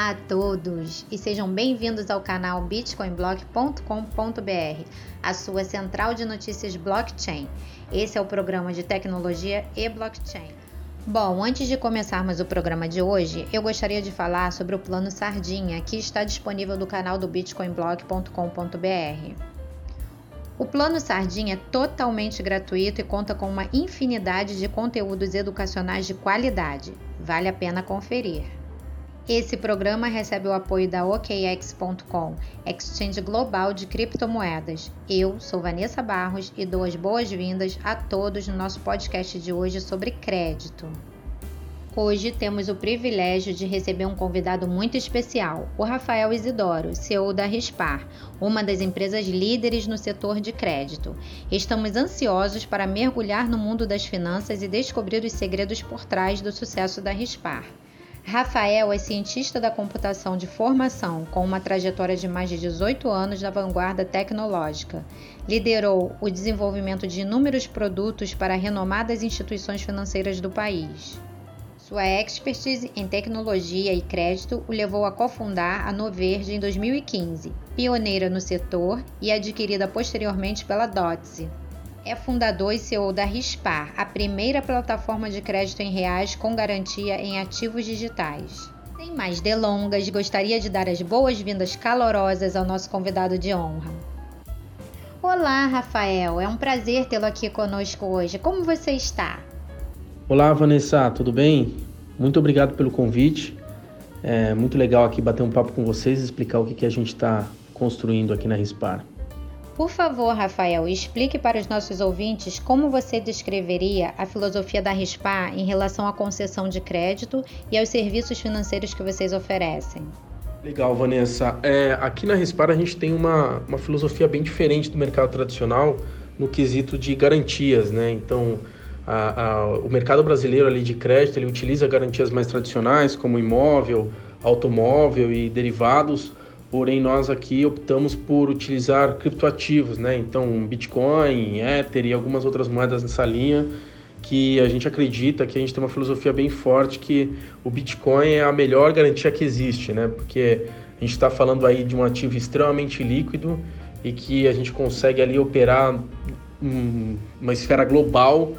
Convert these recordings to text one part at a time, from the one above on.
Olá a todos e sejam bem-vindos ao canal bitcoinblock.com.br, a sua central de notícias blockchain. Esse é o programa de tecnologia e blockchain. Bom, antes de começarmos o programa de hoje, eu gostaria de falar sobre o plano Sardinha, que está disponível no canal do bitcoinblock.com.br. O plano Sardinha é totalmente gratuito e conta com uma infinidade de conteúdos educacionais de qualidade. Vale a pena conferir. Esse programa recebe o apoio da OKEx.com, exchange global de criptomoedas. Eu sou Vanessa Barros e dou as boas-vindas a todos no nosso podcast de hoje sobre crédito. Hoje temos o privilégio de receber um convidado muito especial, o Rafael Isidoro, CEO da Rispar, uma das empresas líderes no setor de crédito. Estamos ansiosos para mergulhar no mundo das finanças e descobrir os segredos por trás do sucesso da Rispar. Rafael é cientista da computação de formação, com uma trajetória de mais de 18 anos na vanguarda tecnológica. Liderou o desenvolvimento de inúmeros produtos para renomadas instituições financeiras do país. Sua expertise em tecnologia e crédito o levou a cofundar a Noverde em 2015, pioneira no setor e adquirida posteriormente pela Dotze. É fundador e CEO da Rispar, a primeira plataforma de crédito em reais com garantia em ativos digitais. Sem mais delongas, gostaria de dar as boas-vindas calorosas ao nosso convidado de honra. Olá, Rafael, é um prazer tê-lo aqui conosco hoje. Como você está? Olá, Vanessa, tudo bem? Muito obrigado pelo convite. É muito legal aqui bater um papo com vocês e explicar o que a gente está construindo aqui na Rispar. Por favor, Rafael, explique para os nossos ouvintes como você descreveria a filosofia da Rispar em relação à concessão de crédito e aos serviços financeiros que vocês oferecem. Legal, Vanessa. Aqui na Rispar a gente tem uma filosofia bem diferente do mercado tradicional no quesito de garantias, né? Então, o mercado brasileiro ali de crédito, ele utiliza garantias mais tradicionais como imóvel, automóvel e derivados. Porém, nós aqui optamos por utilizar criptoativos, né? Então, Bitcoin, Ether e algumas outras moedas nessa linha, que a gente acredita que a gente tem uma filosofia bem forte que o Bitcoin é a melhor garantia que existe, né? Porque a gente está falando aí de um ativo extremamente líquido e que a gente consegue ali operar uma esfera global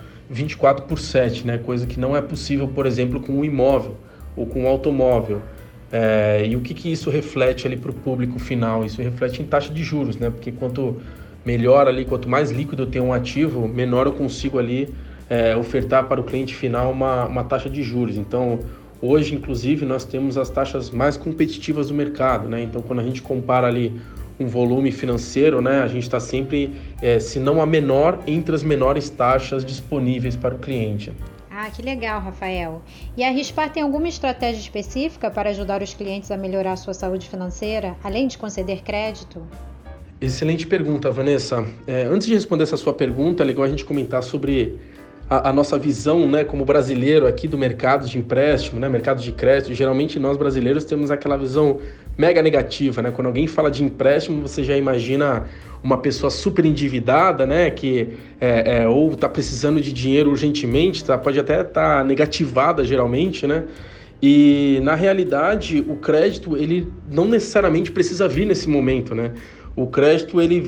24/7, né? Coisa que não é possível, por exemplo, com um imóvel ou com um automóvel. E o que isso reflete ali para o público final? Isso reflete em taxa de juros, né? Porque quanto melhor ali, quanto mais líquido eu tenho um ativo, menor eu consigo ali ofertar para o cliente final uma taxa de juros. Então, hoje, inclusive, nós temos as taxas mais competitivas do mercado, né? Então, quando a gente compara ali um volume financeiro, né, a gente está sempre, se não a menor, entre as menores taxas disponíveis para o cliente. Ah, que legal, Rafael. E a Rispar tem alguma estratégia específica para ajudar os clientes a melhorar a sua saúde financeira, além de conceder crédito? Excelente pergunta, Vanessa. Antes de responder essa sua pergunta, é legal a gente comentar sobre a nossa visão, né, como brasileiro aqui do mercado de empréstimo, né, mercado de crédito. Geralmente nós brasileiros temos aquela visão mega negativa, né? Quando alguém fala de empréstimo, você já imagina uma pessoa super endividada, né, que ou está precisando de dinheiro urgentemente, pode até estar negativada geralmente, né? E na realidade o crédito ele não necessariamente precisa vir nesse momento, né? O crédito ele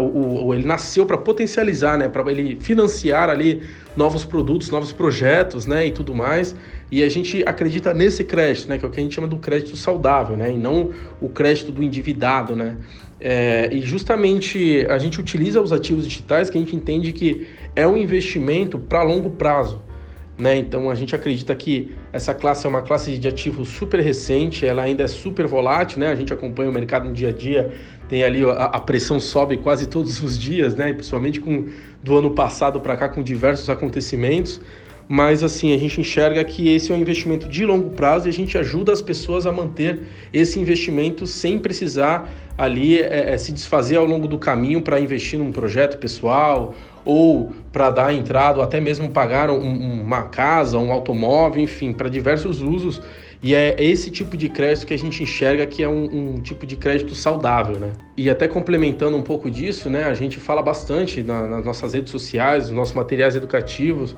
nasceu para potencializar, né? Para ele financiar ali novos produtos, novos projetos, né? E tudo mais. E a gente acredita nesse crédito, né? Que é o que a gente chama do crédito saudável, né? E não o crédito do endividado, né? E justamente a gente utiliza os ativos digitais que a gente entende que é um investimento para longo prazo, né? Então a gente acredita que essa classe é uma classe de ativos super recente, ela ainda é super volátil, né? A gente acompanha o mercado no dia a dia, tem ali a pressão sobe quase todos os dias, né? Principalmente do ano passado para cá com diversos acontecimentos, mas assim, a gente enxerga que esse é um investimento de longo prazo e a gente ajuda as pessoas a manter esse investimento sem precisar ali se desfazer ao longo do caminho para investir num projeto pessoal ou para dar entrada ou até mesmo pagar uma casa, um automóvel, enfim, para diversos usos. E é esse tipo de crédito que a gente enxerga que é um tipo de crédito saudável, né? E até complementando um pouco disso, né, a gente fala bastante nas nossas redes sociais, nos nossos materiais educativos,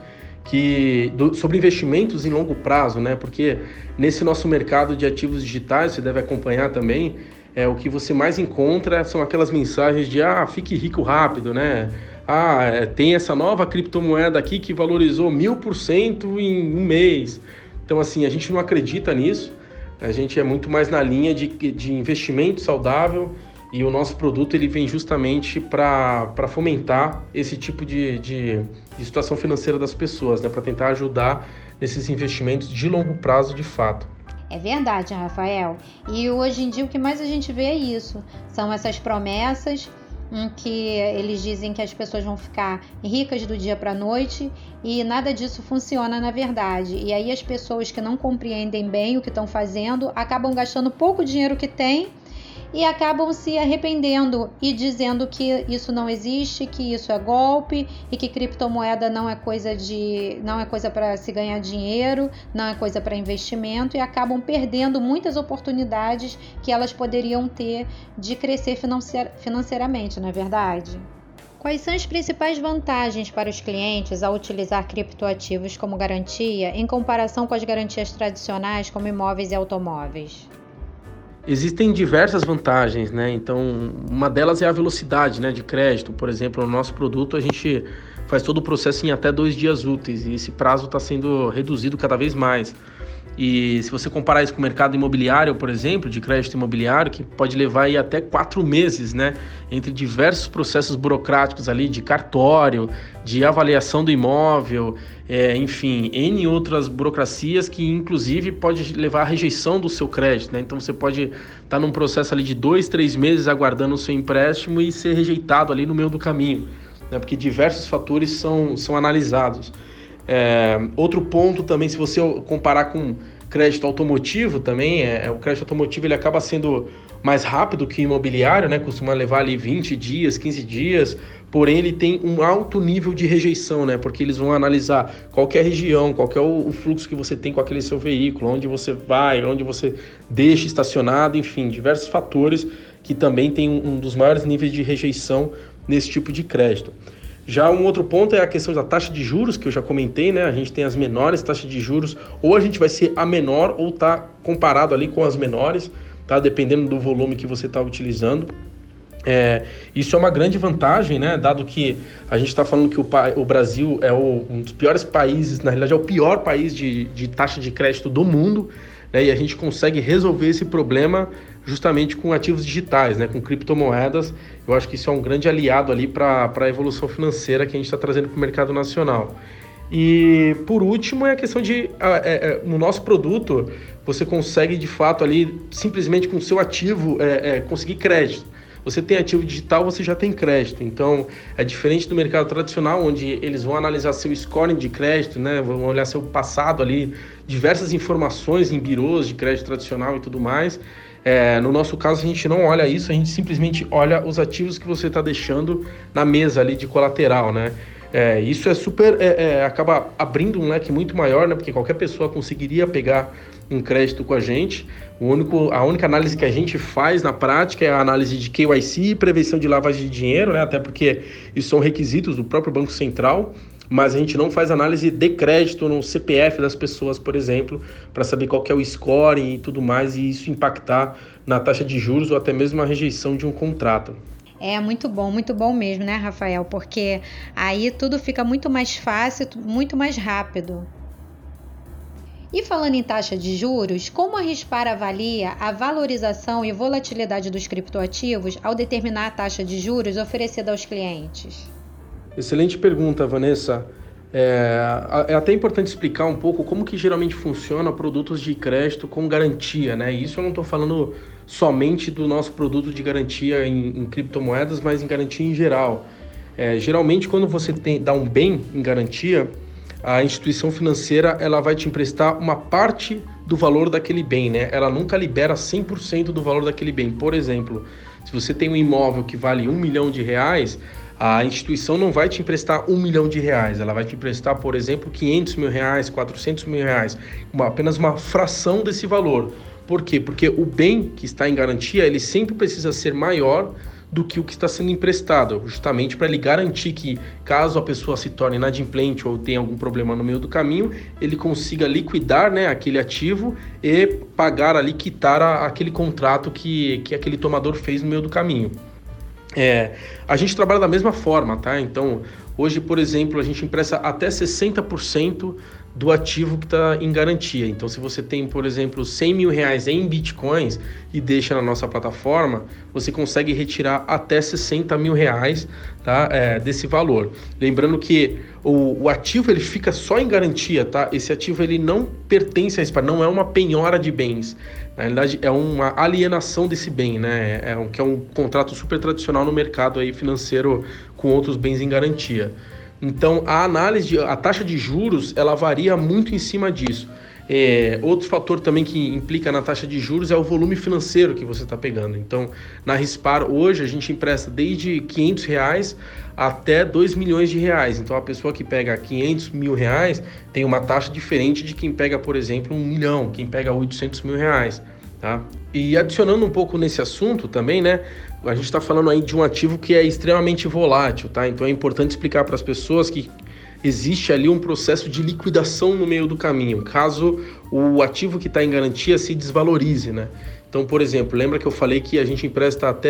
sobre investimentos em longo prazo, né? Porque nesse nosso mercado de ativos digitais, você deve acompanhar também, o que você mais encontra são aquelas mensagens de fique rico rápido, né? Tem essa nova criptomoeda aqui que valorizou 1000% em um mês. Então, assim, a gente não acredita nisso, a gente é muito mais na linha de investimento saudável, e o nosso produto ele vem justamente para fomentar esse tipo de situação financeira das pessoas, né? Para tentar ajudar nesses investimentos de longo prazo de fato. É verdade, Rafael. E hoje em dia o que mais a gente vê é isso. São essas promessas em que eles dizem que as pessoas vão ficar ricas do dia para a noite e nada disso funciona na verdade. E aí as pessoas que não compreendem bem o que estão fazendo acabam gastando pouco dinheiro que têm e acabam se arrependendo e dizendo que isso não existe, que isso é golpe e que criptomoeda não é coisa para se ganhar dinheiro, não é coisa para investimento, e acabam perdendo muitas oportunidades que elas poderiam ter de crescer financeiramente, não é verdade? Quais são as principais vantagens para os clientes ao utilizar criptoativos como garantia em comparação com as garantias tradicionais como imóveis e automóveis? Existem diversas vantagens, né? Então, uma delas é a velocidade, né, de crédito. Por exemplo, no nosso produto a gente faz todo o processo em até 2 dias úteis e esse prazo está sendo reduzido cada vez mais. E se você comparar isso com o mercado imobiliário, por exemplo, de crédito imobiliário, que pode levar aí até 4 meses, né? Entre diversos processos burocráticos ali de cartório, de avaliação do imóvel, enfim, N outras burocracias que inclusive pode levar à rejeição do seu crédito, né? Então você pode estar num processo ali de 2, 3 meses aguardando o seu empréstimo e ser rejeitado ali no meio do caminho, né? Porque diversos fatores são analisados. Outro ponto também, se você comparar com crédito automotivo também, o crédito automotivo ele acaba sendo mais rápido que o imobiliário, né? Costuma levar ali 20 dias, 15 dias, porém ele tem um alto nível de rejeição, né? Porque eles vão analisar qual que é a região, qual que é o fluxo que você tem com aquele seu veículo, onde você vai, onde você deixa estacionado, enfim, diversos fatores que também tem um dos maiores níveis de rejeição nesse tipo de crédito. Já um outro ponto é a questão da taxa de juros, que eu já comentei, né? A gente tem as menores taxas de juros, ou a gente vai ser a menor ou tá comparado ali com as menores, tá? Dependendo do volume que você está utilizando. Isso é uma grande vantagem, né? Dado que a gente está falando que o Brasil é um dos piores países, na realidade é o pior país de taxa de crédito do mundo, né? E a gente consegue resolver esse problema justamente com ativos digitais, né? Com criptomoedas. Eu acho que isso é um grande aliado ali para a evolução financeira que a gente está trazendo para o mercado nacional. E por último é a questão de no nosso produto você consegue de fato ali simplesmente com o seu ativo conseguir crédito. Você tem ativo digital, você já tem crédito. Então, é diferente do mercado tradicional, onde eles vão analisar seu scoring de crédito, né? Vão olhar seu passado ali, diversas informações em birôs de crédito tradicional e tudo mais. No nosso caso, a gente não olha isso, a gente simplesmente olha os ativos que você está deixando na mesa ali de colateral, né? Isso é super, acaba abrindo um leque muito maior, né? Porque qualquer pessoa conseguiria pegar um crédito com a gente. A única análise que a gente faz na prática é a análise de KYC e prevenção de lavagem de dinheiro, né? Até porque isso são requisitos do próprio Banco Central, mas a gente não faz análise de crédito no CPF das pessoas, por exemplo, para saber qual que é o scoring e tudo mais, e isso impactar na taxa de juros ou até mesmo a rejeição de um contrato. É muito bom mesmo, né, Rafael? Porque aí tudo fica muito mais fácil, muito mais rápido. E falando em taxa de juros, como a Rispar avalia a valorização e volatilidade dos criptoativos ao determinar a taxa de juros oferecida aos clientes? Excelente pergunta, Vanessa. É até importante explicar um pouco como que geralmente funciona produtos de crédito com garantia, né? Isso eu não estou falando somente do nosso produto de garantia em criptomoedas, mas em garantia em geral. Geralmente, quando você dá um bem em garantia, a instituição financeira ela vai te emprestar uma parte do valor daquele bem, né? Ela nunca libera 100% do valor daquele bem. Por exemplo, se você tem um imóvel que vale R$1 milhão, a instituição não vai te emprestar R$1 milhão, ela vai te emprestar, por exemplo, R$500 mil, R$400 mil, apenas uma fração desse valor. Por quê? Porque o bem que está em garantia, ele sempre precisa ser maior do que o que está sendo emprestado, justamente para ele garantir que, caso a pessoa se torne inadimplente ou tenha algum problema no meio do caminho, ele consiga liquidar, né, aquele ativo e pagar ali, quitar aquele contrato que aquele tomador fez no meio do caminho. A gente trabalha da mesma forma, tá? Então, hoje, por exemplo, a gente empresta até 60% do ativo que está em garantia. Então, se você tem, por exemplo, 100 mil reais em bitcoins e deixa na nossa plataforma, você consegue retirar até 60 mil reais, tá? Desse valor. Lembrando que o ativo ele fica só em garantia, tá? Esse ativo ele não pertence a SPAR, não é uma penhora de bens. Na realidade, é uma alienação desse bem, né? Que é um contrato super tradicional no mercado aí financeiro com outros bens em garantia. Então, a taxa de juros, ela varia muito em cima disso. Outro fator também que implica na taxa de juros é o volume financeiro que você está pegando. Então, na Rispar, hoje, a gente empresta desde R$500 até R$2 milhões. Então, a pessoa que pega 500 mil reais tem uma taxa diferente de quem pega, por exemplo, 1 milhão, quem pega 800 mil reais. Tá? E adicionando um pouco nesse assunto também, né? A gente está falando aí de um ativo que é extremamente volátil, tá? Então é importante explicar para as pessoas que existe ali um processo de liquidação no meio do caminho, caso o ativo que está em garantia se desvalorize, né? Então, por exemplo, lembra que eu falei que a gente empresta até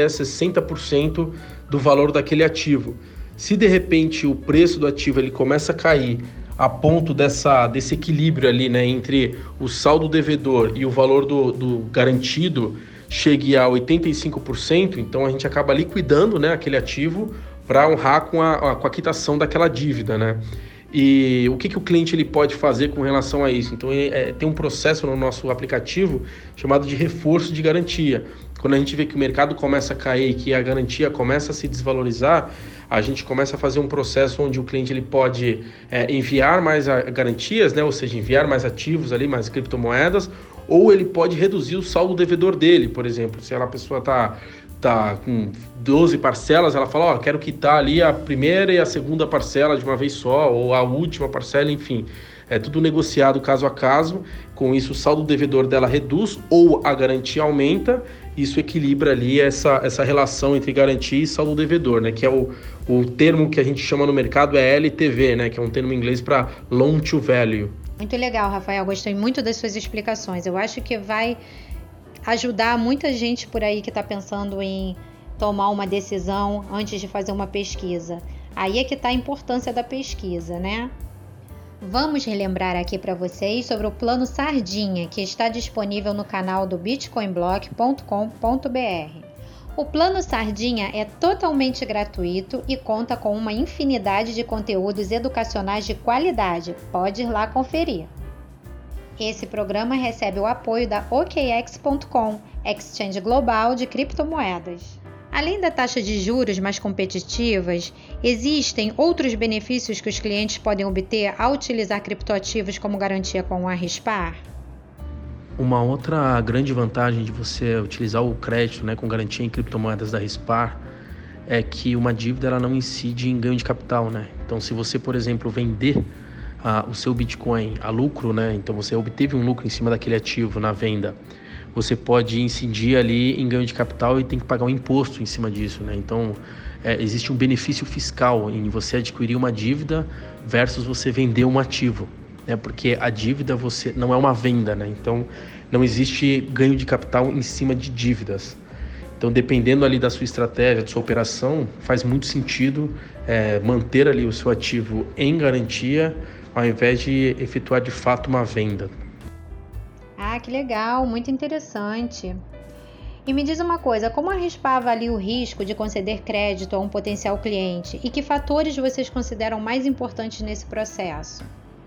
60% do valor daquele ativo. Se de repente o preço do ativo ele começa a cair a ponto desse equilíbrio ali, né, entre o saldo devedor e o valor do garantido chegue a 85%, então a gente acaba liquidando, né, aquele ativo para honrar com a quitação daquela dívida, né? E o que o cliente ele pode fazer com relação a isso? Então, tem um processo no nosso aplicativo chamado de reforço de garantia. Quando a gente vê que o mercado começa a cair, que a garantia começa a se desvalorizar, a gente começa a fazer um processo onde o cliente ele pode enviar mais garantias, né? Ou seja, enviar mais ativos ali, mais criptomoedas, ou ele pode reduzir o saldo devedor dele, por exemplo. Se a pessoa está com 12 parcelas, ela fala, quero quitar ali a primeira e a segunda parcela de uma vez só, ou a última parcela, enfim. É tudo negociado caso a caso, com isso o saldo devedor dela reduz ou a garantia aumenta, isso equilibra ali essa relação entre garantia e saldo devedor, né? Que é o termo que a gente chama no mercado é LTV, né? Que é um termo em inglês para Loan to Value. Muito legal, Rafael, gostei muito das suas explicações. Eu acho que vai ajudar muita gente por aí que está pensando em tomar uma decisão antes de fazer uma pesquisa. Aí é que está a importância da pesquisa, né? Vamos relembrar aqui para vocês sobre o plano Sardinha, que está disponível no canal do bitcoinblock.com.br. O plano Sardinha é totalmente gratuito e conta com uma infinidade de conteúdos educacionais de qualidade. Pode ir lá conferir. Esse programa recebe o apoio da OKX.com, exchange global de criptomoedas. Além da taxa de juros mais competitivas, existem outros benefícios que os clientes podem obter ao utilizar criptoativos como garantia com a Rispar? Uma outra grande vantagem de você utilizar o crédito, né, com garantia em criptomoedas da Rispar é que uma dívida ela não incide em ganho de capital, né? Então, se você, por exemplo, vender o seu Bitcoin a lucro, né? Então você obteve um lucro em cima daquele ativo na venda, você pode incidir ali em ganho de capital e tem que pagar um imposto em cima disso, né? Então existe um benefício fiscal em você adquirir uma dívida versus você vender um ativo, né? Porque a dívida você não é uma venda, né? Então não existe ganho de capital em cima de dívidas. Então, dependendo ali da sua estratégia, da sua operação, faz muito sentido manter ali o seu ativo em garantia ao invés de efetuar de fato uma venda. Ah, que legal, muito interessante. E me diz uma coisa, como a Rispar avalia o risco de conceder crédito a um potencial cliente e que fatores vocês consideram mais importantes nesse processo?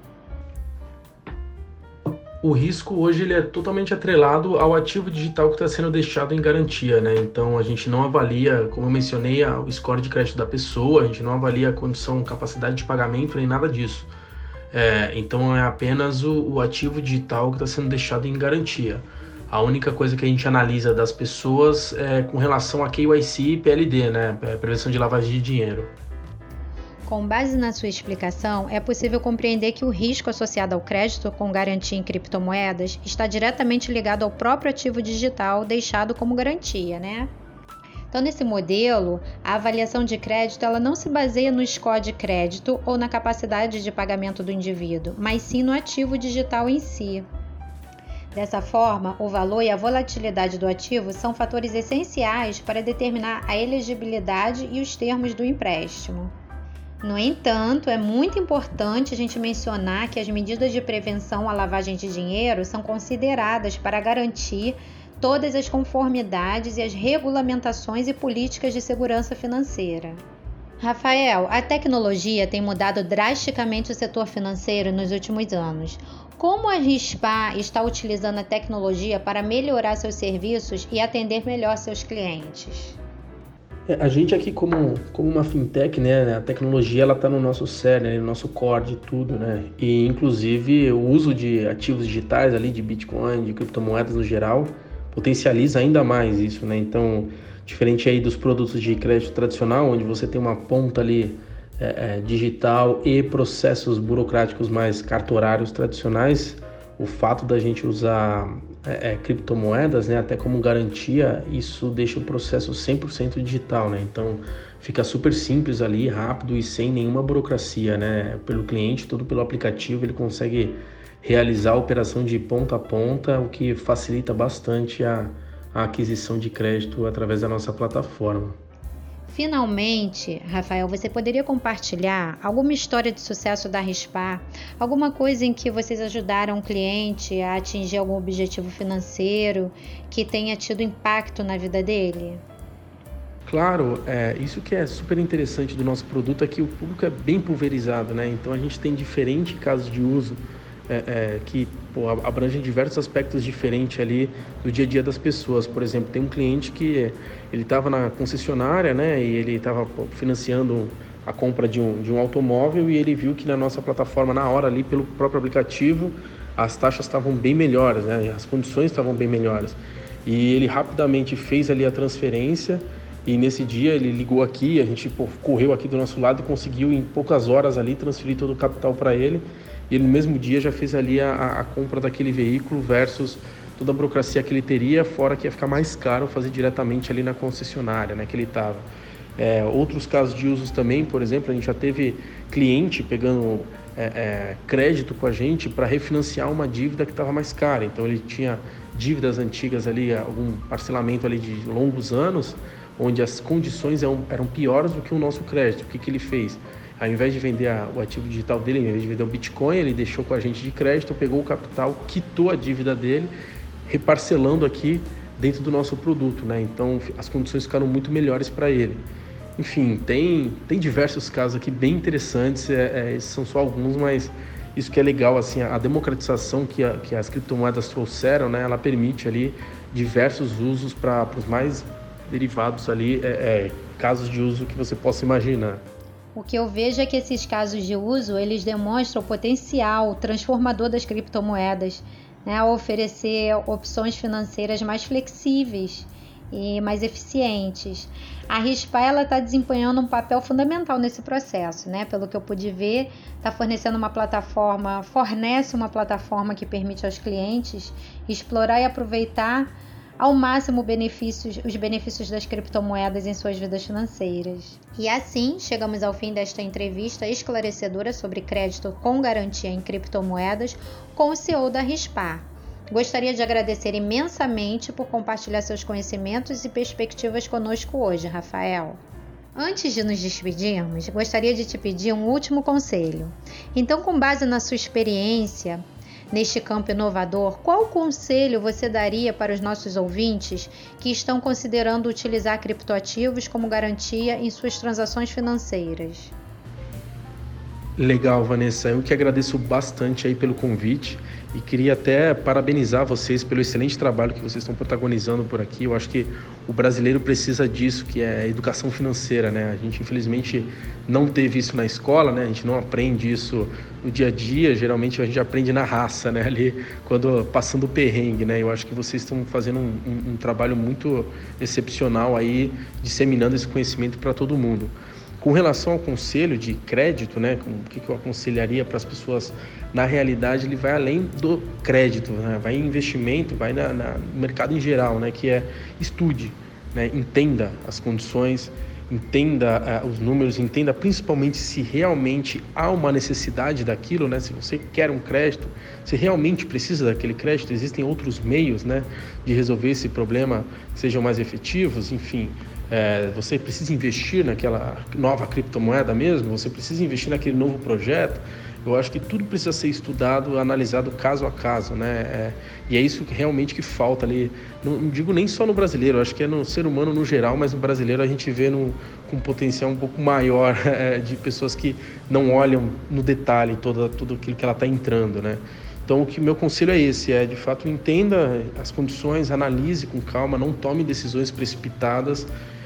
O risco hoje ele é totalmente atrelado ao ativo digital que está sendo deixado em garantia, né? Então a gente não avalia, como eu mencionei, o score de crédito da pessoa, a gente não avalia a condição, capacidade de pagamento, nem nada disso. Então é apenas o ativo digital que está sendo deixado em garantia. A única coisa que a gente analisa das pessoas é com relação a KYC e PLD, né? Prevenção de lavagem de dinheiro. Com base na sua explicação, é possível compreender que o risco associado ao crédito com garantia em criptomoedas está diretamente ligado ao próprio ativo digital deixado como garantia, né? Então, nesse modelo, a avaliação de crédito ela não se baseia no score de crédito ou na capacidade de pagamento do indivíduo, mas sim no ativo digital em si. Dessa forma, o valor e a volatilidade do ativo são fatores essenciais para determinar a elegibilidade e os termos do empréstimo. No entanto, é muito importante a gente mencionar que as medidas de prevenção à lavagem de dinheiro são consideradas para garantir todas as conformidades e as regulamentações e políticas de segurança financeira. Rafael, a tecnologia tem mudado drasticamente o setor financeiro nos últimos anos. Como a Rispar está utilizando a tecnologia para melhorar seus serviços e atender melhor seus clientes? A gente aqui como uma fintech, né, a tecnologia ela está no nosso cerne, no nosso core de tudo, né? E inclusive o uso de ativos digitais ali, de Bitcoin, de criptomoedas no geral, potencializa ainda mais isso, né? Então, diferente aí dos produtos de crédito tradicional, onde você tem uma ponta ali digital e processos burocráticos mais cartorários tradicionais, o fato da gente usar criptomoedas, né, até como garantia, isso deixa o processo 100% digital, né? Então, fica super simples ali, rápido e sem nenhuma burocracia, né? Pelo cliente, tudo pelo aplicativo, ele consegue realizar a operação de ponta a ponta, o que facilita bastante a aquisição de crédito através da nossa plataforma. Finalmente, Rafael, você poderia compartilhar alguma história de sucesso da Rispar? Alguma coisa em que vocês ajudaram o cliente a atingir algum objetivo financeiro que tenha tido impacto na vida dele? Claro, isso que é super interessante do nosso produto é que o público é bem pulverizado, né? Então a gente tem diferentes casos de uso que abrangem diversos aspectos diferentes ali do dia a dia das pessoas. Por exemplo, tem um cliente que ele estava na concessionária, né? E ele estava financiando a compra de um automóvel e ele viu que na nossa plataforma, na hora ali, pelo próprio aplicativo, as taxas estavam bem melhores, né? As condições estavam bem melhores. E ele rapidamente fez ali a transferência. E nesse dia ele ligou aqui, a gente correu aqui do nosso lado e conseguiu em poucas horas ali transferir todo o capital para ele. E ele no mesmo dia já fez ali a compra daquele veículo versus toda a burocracia que ele teria, fora que ia ficar mais caro fazer diretamente ali na concessionária, né, que ele estava. Outros casos de usos também, por exemplo, a gente já teve cliente pegando crédito com a gente para refinanciar uma dívida que estava mais cara. Então ele tinha dívidas antigas ali, algum parcelamento ali de longos anos, onde as condições eram piores do que o nosso crédito. O que ele fez? Ao invés de vender o ativo digital dele, ao invés de vender o Bitcoin, ele deixou com a gente de crédito, pegou o capital, quitou a dívida dele, reparcelando aqui dentro do nosso produto, né? Então as condições ficaram muito melhores para ele. Enfim, tem diversos casos aqui bem interessantes, esses são só alguns, mas isso que é legal, assim, a democratização que as criptomoedas trouxeram, né? Ela permite ali diversos usos para os mais derivados ali, casos de uso que você possa imaginar. O que eu vejo é que esses casos de uso, eles demonstram o potencial transformador das criptomoedas, né, a oferecer opções financeiras mais flexíveis e mais eficientes. A Rispar ela está desempenhando um papel fundamental nesse processo, né? Pelo que eu pude ver, fornece uma plataforma que permite aos clientes explorar e aproveitar ao máximo os benefícios das criptomoedas em suas vidas financeiras. E assim, chegamos ao fim desta entrevista esclarecedora sobre crédito com garantia em criptomoedas com o CEO da Rispar. Gostaria de agradecer imensamente por compartilhar seus conhecimentos e perspectivas conosco hoje, Rafael. Antes de nos despedirmos, gostaria de te pedir um último conselho. Então, com base na sua experiência neste campo inovador, qual conselho você daria para os nossos ouvintes que estão considerando utilizar criptoativos como garantia em suas transações financeiras? Legal, Vanessa. Eu que agradeço bastante aí pelo convite e queria até parabenizar vocês pelo excelente trabalho que vocês estão protagonizando por aqui. Eu acho que o brasileiro precisa disso, que é a educação financeira, né? A gente, infelizmente, não teve isso na escola, né? A gente não aprende isso no dia a dia. Geralmente, a gente aprende na raça, né? Ali, quando passando o perrengue, né? Eu acho que vocês estão fazendo um trabalho muito excepcional aí, disseminando esse conhecimento para todo mundo. Com relação ao conselho de crédito, né, o que eu aconselharia para as pessoas, na realidade ele vai além do crédito, né, vai em investimento, vai no mercado em geral, né, que é estude. né? Entenda as condições, entenda os números, entenda principalmente se realmente há uma necessidade daquilo, né? Se você quer um crédito, se realmente precisa daquele crédito, existem outros meios, né, de resolver esse problema que sejam mais efetivos, enfim. Você precisa investir naquela nova criptomoeda mesmo? Você precisa investir naquele novo projeto? Eu acho que tudo precisa ser estudado, analisado caso a caso, né? E é isso que realmente que falta ali. Não digo nem só no brasileiro, acho que é no ser humano no geral, mas no brasileiro a gente vê com um potencial um pouco maior de pessoas que não olham no detalhe tudo aquilo que ela está entrando, né? Então, meu conselho é esse, de fato entenda as condições, analise com calma, não tome decisões precipitadas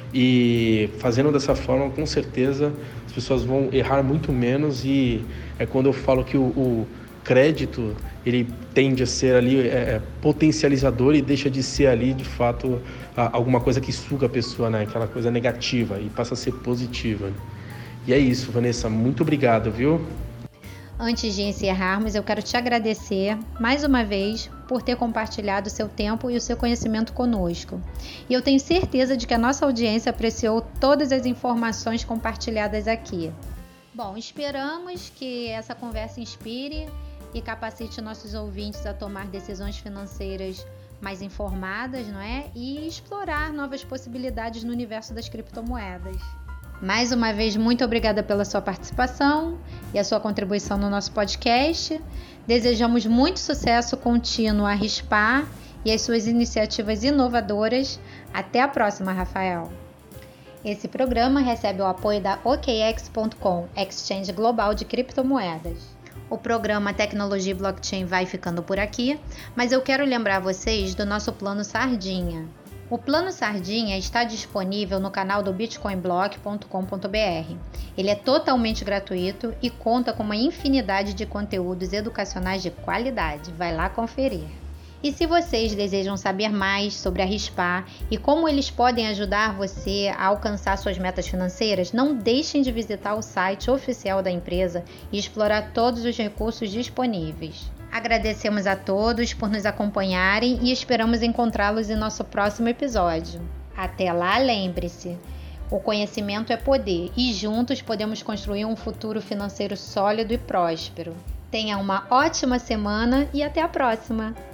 e fazendo dessa forma, com certeza, as pessoas vão errar muito menos e é quando eu falo que o crédito, ele tende a ser ali potencializador e deixa de ser ali, de fato, alguma coisa que suga a pessoa, né? Aquela coisa negativa e passa a ser positiva. E é isso, Vanessa, muito obrigado, viu? Antes de encerrarmos, eu quero te agradecer mais uma vez por ter compartilhado o seu tempo e o seu conhecimento conosco. E eu tenho certeza de que a nossa audiência apreciou todas as informações compartilhadas aqui. Bom, esperamos que essa conversa inspire e capacite nossos ouvintes a tomar decisões financeiras mais informadas, não é? E explorar novas possibilidades no universo das criptomoedas. Mais uma vez, muito obrigada pela sua participação e a sua contribuição no nosso podcast. Desejamos muito sucesso contínuo à RISPAR e às suas iniciativas inovadoras. Até a próxima, Rafael. Esse programa recebe o apoio da OKEx.com, Exchange Global de Criptomoedas. O programa Tecnologia e Blockchain vai ficando por aqui, mas eu quero lembrar vocês do nosso plano Sardinha. O Plano Sardinha está disponível no canal do bitcoinblock.com.br. Ele é totalmente gratuito e conta com uma infinidade de conteúdos educacionais de qualidade. Vai lá conferir. E se vocês desejam saber mais sobre a RISPAR e como eles podem ajudar você a alcançar suas metas financeiras, não deixem de visitar o site oficial da empresa e explorar todos os recursos disponíveis. Agradecemos a todos por nos acompanharem e esperamos encontrá-los em nosso próximo episódio. Até lá, lembre-se, o conhecimento é poder e juntos podemos construir um futuro financeiro sólido e próspero. Tenha uma ótima semana e até a próxima!